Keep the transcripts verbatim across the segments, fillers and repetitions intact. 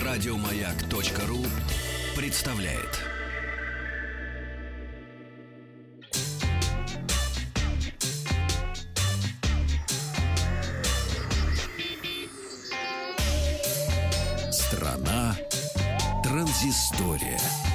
Радиомаяк.ру представляет. Страна транзистория.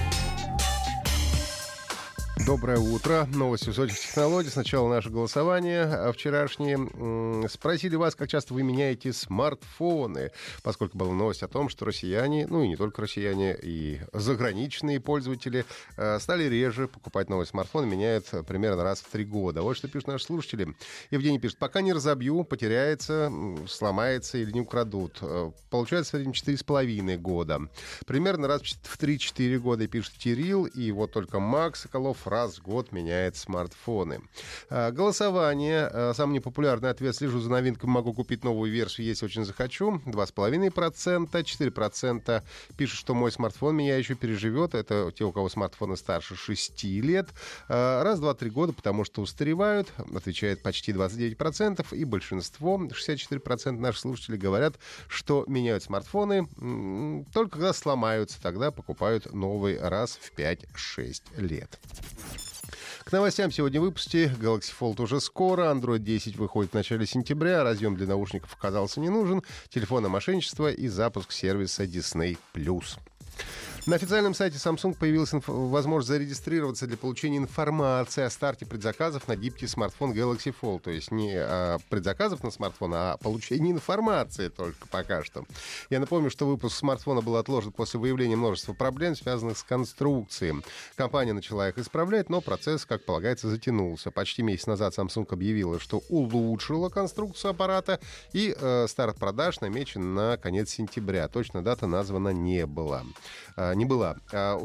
Доброе утро. Новости высоких технологий. Сначала наше голосование вчерашнее. Спросили вас, как часто вы меняете смартфоны, поскольку была новость о том, что россияне, ну и не только россияне, и заграничные пользователи стали реже покупать новый смартфон, меняют примерно раз в три года. Вот что пишут наши слушатели. Евгений пишет: пока не разобью, потеряется, сломается или не украдут. Получается в среднем четыре с половиной года. Примерно раз в три-четыре года, пишет Кирилл. И вот только Макс Соколов раз в год меняет смартфоны. Голосование. Самый непопулярный ответ: слежу за новинками, могу купить новую версию, если очень захочу. два с половиной процента. четыре процента пишут, что мой смартфон меня еще переживет. Это те, у кого смартфоны старше шести лет. Раз, два, три года, потому что устаревают. Отвечает почти двадцать девять процентов. И большинство, шестьдесят четыре процента наших слушателей, говорят, что меняют смартфоны только когда сломаются. Тогда покупают новый раз в пять-шесть лет. К новостям сегодня в выпуске. Galaxy Fold уже скоро. Android десять выходит в начале сентября. Разъем для наушников оказался не нужен. Телефонное мошенничество и запуск сервиса Disney+. На официальном сайте Samsung появилась инф- возможность зарегистрироваться для получения информации о старте предзаказов на гибкий смартфон Galaxy Fold. То есть не а, предзаказов на смартфон, а получение информации только пока что. Я напомню, что выпуск смартфона был отложен после выявления множества проблем, связанных с конструкцией. Компания начала их исправлять, но процесс, как полагается, затянулся. Почти месяц назад Samsung объявила, что улучшила конструкцию аппарата, и э, старт продаж намечен на конец сентября. Точно дата названа не была. Не была.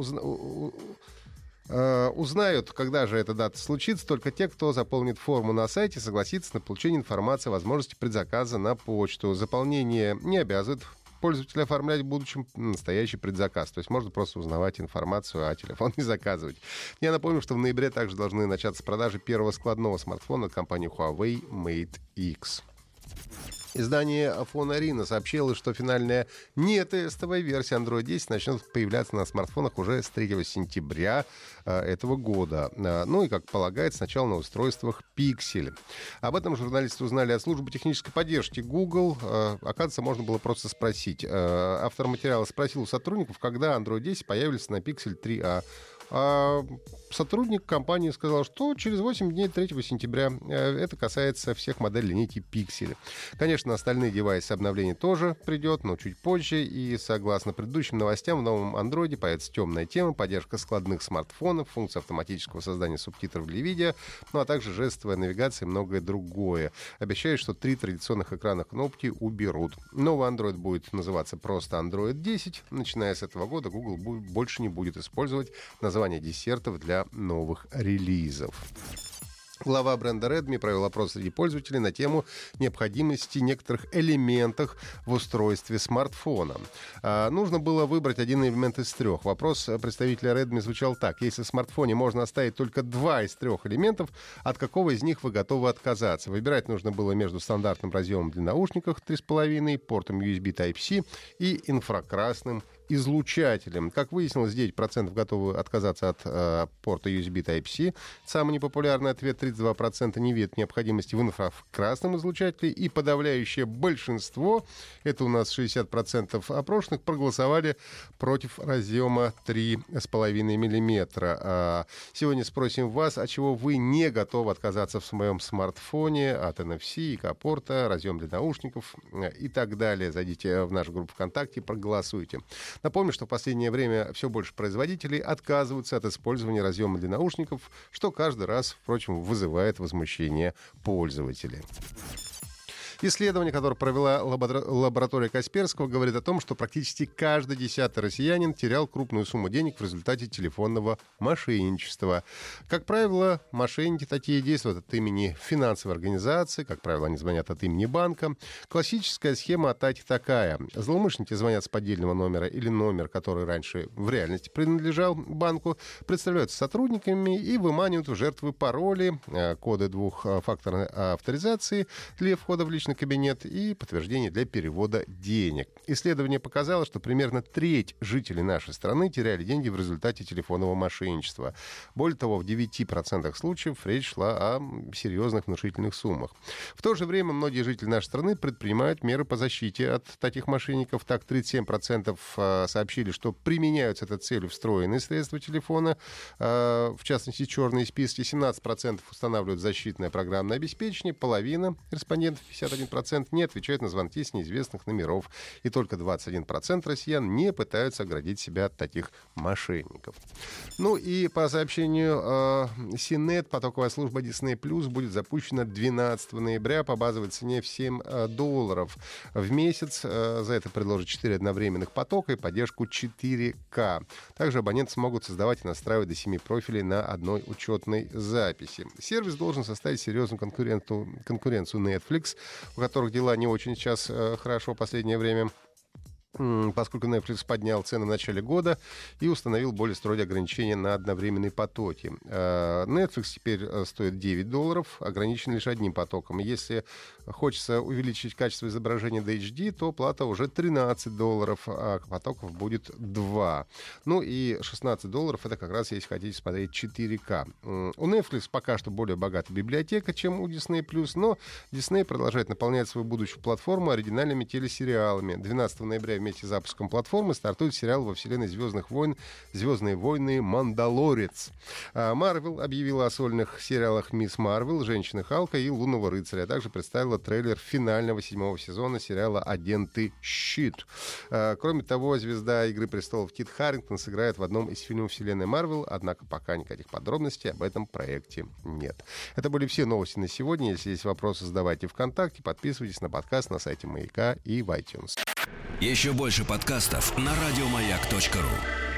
Узнают, когда же эта дата случится, только те, кто заполнит форму на сайте, согласится на получение информации о возможности предзаказа на почту. Заполнение не обязывает пользователя оформлять в будущем настоящий предзаказ. То есть можно просто узнавать информацию, а телефон не заказывать. Я напомню, что в ноябре также должны начаться продажи первого складного смартфона от компании Huawei Mate X. Издание Фонарина сообщило, что финальная нетестовая версия Android десять начнет появляться на смартфонах уже с третьего сентября э, этого года. Э, ну и, как полагается, сначала на устройствах Pixel. Об этом журналисты узнали от службы технической поддержки Google. Э, оказывается, можно было просто спросить. Э, автор материала спросил у сотрудников, когда Android десять появится на Pixel три а. А сотрудник компании сказал, что через восемь дней, третьего сентября. Это касается всех моделей линейки Pixel. Конечно, остальные девайсы обновления тоже придет, но чуть позже. И согласно предыдущим новостям, в новом Android появится темная тема, поддержка складных смартфонов, функция автоматического создания субтитров для видео, ну а также жестовая навигация и многое другое. Обещают, что три традиционных экрана кнопки уберут. Новый Android будет называться просто Android десять. Начиная с этого года Google больше не будет использовать название десертов для новых релизов. Глава бренда Redmi провел опрос среди пользователей на тему необходимости некоторых элементов в устройстве смартфона. А, нужно было выбрать один элемент из трех. Вопрос представителя Redmi звучал так: если в смартфоне можно оставить только два из трех элементов, от какого из них вы готовы отказаться? Выбирать нужно было между стандартным разъемом для наушников три с половиной, портом ю эс би Type-C и инфракрасным излучателем. Как выяснилось, девять процентов готовы отказаться от э, порта ю эс би Type-C. Самый непопулярный ответ: тридцать два процента не видят необходимости в инфракрасном излучателе. И подавляющее большинство, это у нас шестьдесят процентов опрошенных, проголосовали против разъема три с половиной миллиметра. А сегодня спросим вас, от чего вы не готовы отказаться в своем смартфоне: от эн эф си, ИК-порта, разъем для наушников и так далее. Зайдите в нашу группу ВКонтакте и проголосуйте. Напомню, что в последнее время все больше производителей отказываются от использования разъема для наушников, что каждый раз, впрочем, вызывает возмущение пользователей. Исследование, которое провела лаборатория Касперского, говорит о том, что практически каждый десятый россиянин терял крупную сумму денег в результате телефонного мошенничества. Как правило, мошенники такие действуют от имени финансовой организации, как правило, они звонят от имени банка. Классическая схема атаки такая. Злоумышленники звонят с поддельного номера или номер, который раньше в реальности принадлежал банку, представляются сотрудниками и выманивают у жертвы пароли, коды двухфакторной авторизации для входа в личный личный кабинет и подтверждение для перевода денег. Исследование показало, что примерно треть жителей нашей страны теряли деньги в результате телефонного мошенничества. Более того, в девяти процентах случаев речь шла о серьезных внушительных суммах. В то же время многие жители нашей страны предпринимают меры по защите от таких мошенников. Так, тридцать семь процентов сообщили, что применяют с этой целью встроенные средства телефона, в частности, черные списки. семнадцать процентов устанавливают защитное программное обеспечение. Половина респондентов, пятьдесят один процент, не отвечают на звонки с неизвестных номеров. И только двадцать один процент россиян не пытаются оградить себя от таких мошенников. Ну и по сообщению э, Синет, потоковая служба Disney Plus будет запущена двенадцатого ноября по базовой цене в семь долларов в месяц. Э, за это предложат четыре одновременных потока и поддержку четыре ка. Также абоненты смогут создавать и настраивать до семи профилей на одной учетной записи. Сервис должен составить серьезную конкуренцию, конкуренцию Netflix, у которых дела не очень сейчас э, хорошо в последнее время, поскольку Netflix поднял цены в начале года и установил более строгие ограничения на одновременные потоки. Netflix теперь стоит девять долларов, ограничен лишь одним потоком. Если хочется увеличить качество изображения до эйч ди, то плата уже тринадцать долларов, а потоков будет два. Ну и шестнадцать долларов — это как раз если хотите смотреть четыре ка. У Netflix пока что более богатая библиотека, чем у Disney+, но Disney продолжает наполнять свою будущую платформу оригинальными телесериалами. двенадцатого ноября вместе с запуском платформы стартует сериал во вселенной «Звездных войн» «Звездные войны. Мандалорец». Марвел объявила о сольных сериалах «Мисс Марвел», «Женщина Халка» и «Лунного рыцаря», а также представила трейлер финального седьмого сезона сериала «Агенты Щит». Кроме того, звезда «Игры престолов» Кит Харрингтон сыграет в одном из фильмов вселенной Марвел, однако пока никаких подробностей об этом проекте нет. Это были все новости на сегодня. Если есть вопросы, задавайте ВКонтакте, подписывайтесь на подкаст на сайте Маяка и в iTunes. Еще больше подкастов на радиомаяк точка ру.